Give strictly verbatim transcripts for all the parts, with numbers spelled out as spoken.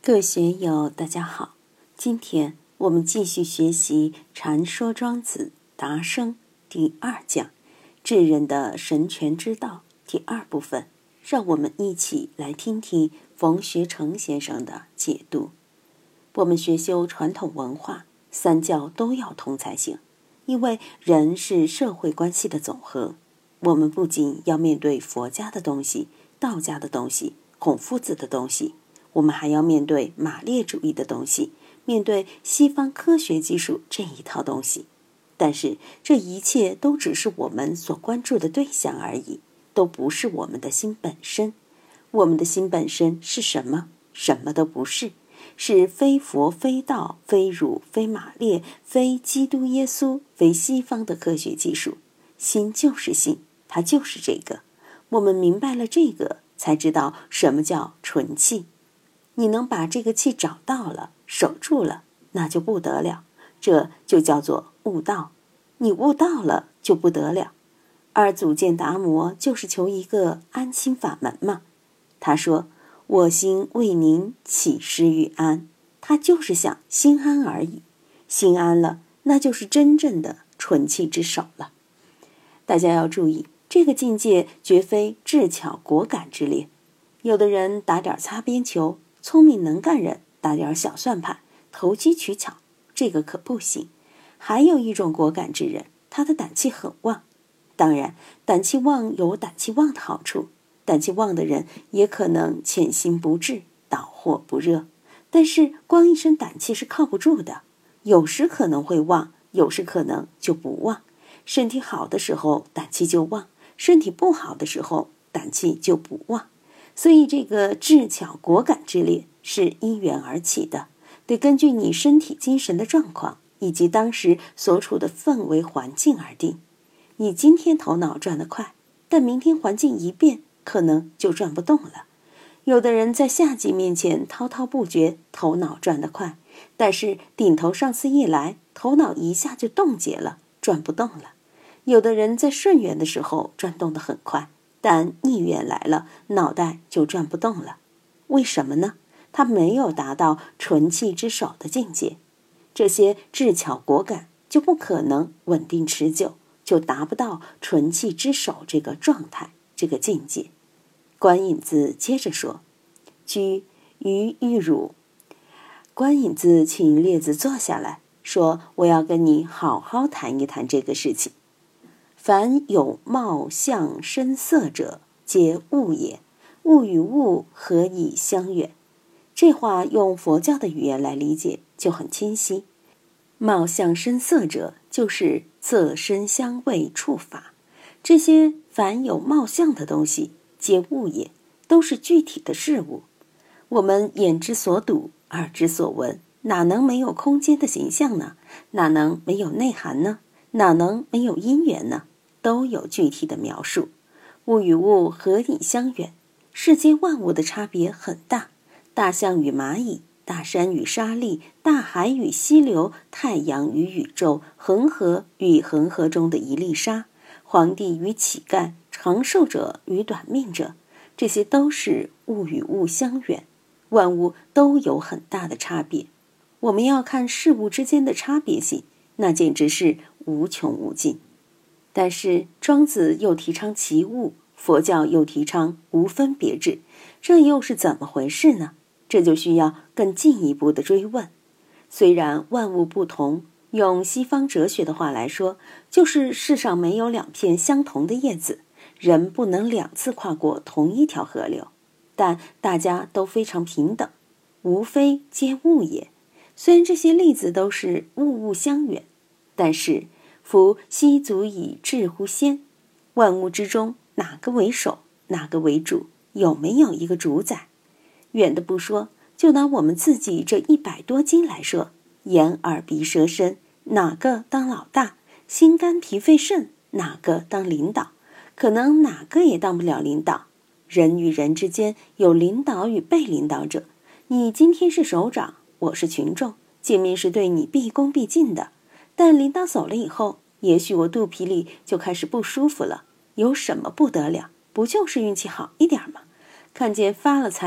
各位学友大家好，今天我们继续学习《禅说庄子达生》第二讲智人的神权之道第二部分，让我们一起来听听冯学成先生的解读。我们学修传统文化，三教都要通才行，因为人是社会关系的总和。我们不仅要面对佛家的东西、道家的东西、孔夫子的东西，我们还要面对马列主义的东西，面对西方科学技术这一套东西。但是这一切都只是我们所关注的对象而已，都不是我们的心本身。我们的心本身是什么？什么都不是，是非佛非道非儒非马列非基督耶稣非西方的科学技术。心就是心，它就是这个。我们明白了这个，才知道什么叫纯气。你能把这个气找到了，守住了，那就不得了，这就叫做悟道。你悟道了就不得了。而祖见达摩就是求一个安心法门嘛。他说我心未宁，岂施于安？他就是想心安而已，心安了，那就是真正的纯气之手了。大家要注意，这个境界绝非智巧果敢之列。有的人打点擦边球，聪明能干人打点小算盘，投机取巧，这个可不行。还有一种果敢之人，他的胆气很旺。当然，胆气旺有胆气旺的好处，胆气旺的人也可能潜心不至，导火不热。但是光一身胆气是靠不住的，有时可能会旺，有时可能就不旺。身体好的时候胆气就旺，身体不好的时候胆气就不旺。所以这个智巧果敢之列是因缘而起的，得根据你身体精神的状况以及当时所处的氛围环境而定。你今天头脑转得快，但明天环境一变，可能就转不动了。有的人在下级面前滔滔不绝，头脑转得快，但是顶头上司一来，头脑一下就冻结了，转不动了。有的人在顺缘的时候转动得很快，但逆缘来了，脑袋就转不动了。为什么呢？他没有达到纯气之手的境界。这些智巧果敢就不可能稳定持久，就达不到纯气之手这个状态，这个境界。观影子接着说，居于玉汝。观影子请列子坐下来，说我要跟你好好谈一谈这个事情。凡有貌相声色者，皆物也。物与物何以相远？这话用佛教的语言来理解就很清晰。貌相声色者，就是色声香味触法。这些凡有貌相的东西，皆物也，都是具体的事物。我们眼之所睹，耳之所闻，哪能没有空间的形象呢？哪能没有内涵呢？哪能没有因缘呢？都有具体的描述。物与物何以相远？世间万物的差别很大，大象与蚂蚁，大山与沙砾，大海与溪流，太阳与宇宙，恒河与恒河中的一粒沙，皇帝与乞丐，长寿者与短命者，这些都是物与物相远。万物都有很大的差别。我们要看事物之间的差别性，那简直是无穷无尽。但是庄子又提倡齐物，佛教又提倡无分别智，这又是怎么回事呢？这就需要更进一步的追问。虽然万物不同，用西方哲学的话来说，就是世上没有两片相同的叶子，人不能两次跨过同一条河流，但大家都非常平等，无非皆物也。虽然这些例子都是物物相远，但是夫奚足以治乎先？万物之中哪个为首，哪个为主？有没有一个主宰？远的不说，就拿我们自己这一百多斤来说，眼耳鼻舌身，哪个当老大？心肝脾肺肾，哪个当领导？可能哪个也当不了领导。人与人之间有领导与被领导者，你今天是首长，我是群众，见面是对你毕恭毕敬的。但领导走了以后，也许我肚皮里就开始不舒服了。有什么不得了？不就是运气好一点吗？看见发了财的，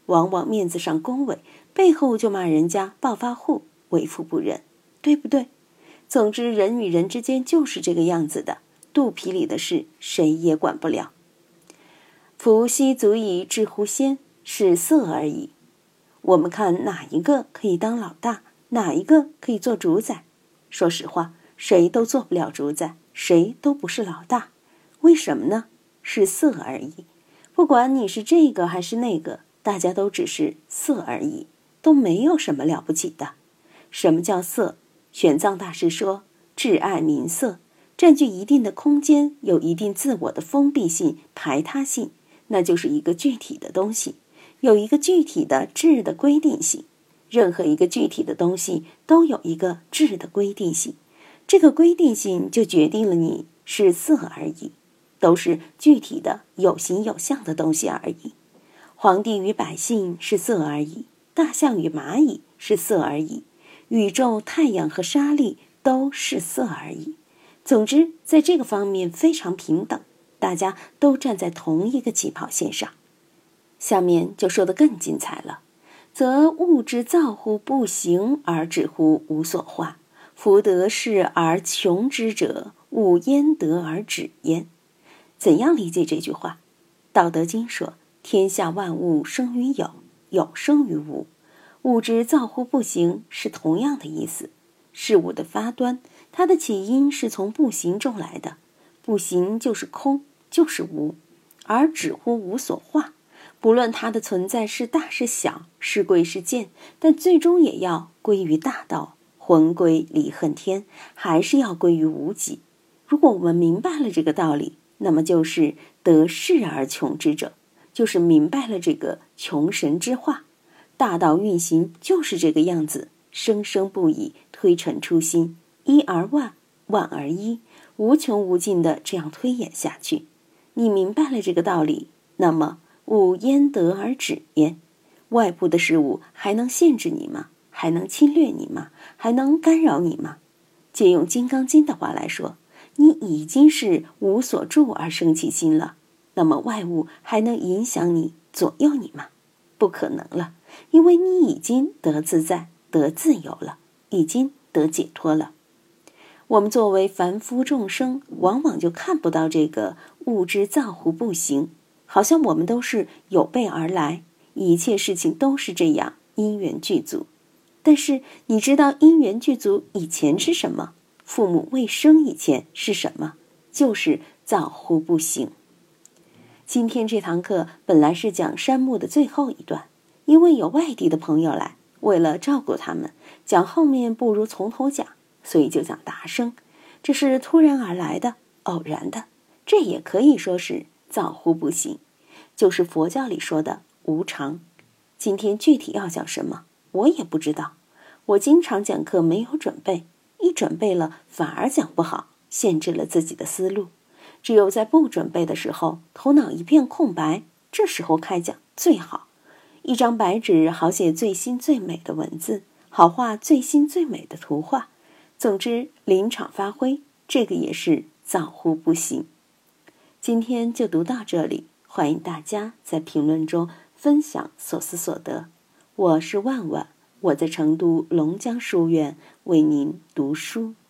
往往面子上恭维，背后就骂人家暴发户、为富不仁，对不对？总之，人与人之间就是这个样子的，肚皮里的事谁也管不了。夫兮足以致乎先，是色而已。我们看哪一个可以当老大，哪一个可以做主宰？说实话，谁都做不了主宰，谁都不是老大。为什么呢？是色而已。不管你是这个还是那个，大家都只是色而已，都没有什么了不起的。什么叫色？玄奘大师说，至爱民色，占据一定的空间，有一定自我的封闭性、排他性，那就是一个具体的东西，有一个具体的质的规定性。任何一个具体的东西都有一个质的规定性，这个规定性就决定了你是色而已，都是具体的有形有相的东西而已。皇帝与百姓是色而已，大象与蚂蚁是色而已，宇宙、太阳和沙粒都是色而已。总之，在这个方面非常平等，大家都站在同一个起跑线上。下面就说得更精彩了。则物之造乎不行而止乎无所化，夫得势而穷之者，物焉得而止焉。怎样理解这句话？道德经说，天下万物生于有，有生于无。物之造乎不行是同样的意思。事物的发端，它的起因是从不行中来的，不行就是空，就是无，而止乎无所化。不论它的存在是大是小，是贵是贱，但最终也要归于大道，魂归离恨天，还是要归于无极。如果我们明白了这个道理，那么就是得势而穷之者，就是明白了这个穷神之话。大道运行就是这个样子，生生不已，推陈出新，一而万，万而一，无穷无尽的这样推演下去。你明白了这个道理，那么物焉得而止焉？外部的事物还能限制你吗？还能侵略你吗？还能干扰你吗？借用《金刚经》的话来说，你已经是无所住而生其心了，那么外物还能影响你、左右你吗？不可能了，因为你已经得自在、得自由了，已经得解脱了。我们作为凡夫众生，往往就看不到这个物之造乎不行，好像我们都是有备而来，一切事情都是这样，因缘具足。但是你知道因缘具足以前是什么？父母未生以前是什么？就是造乎不行。今天这堂课本来是讲山木的最后一段，因为有外地的朋友来，为了照顾他们，讲后面不如从头讲，所以就讲达生。这是突然而来的，偶然的，这也可以说是造乎不行，就是佛教里说的无常。今天具体要讲什么，我也不知道。我经常讲课没有准备，一准备了反而讲不好，限制了自己的思路。只有在不准备的时候，头脑一片空白，这时候开讲最好。一张白纸好写最新最美的文字，好画最新最美的图画。总之，临场发挥，这个也是造乎不行。今天就读到这里，欢迎大家在评论中分享所思所得。我是万万，我在成都龙江书院为您读书。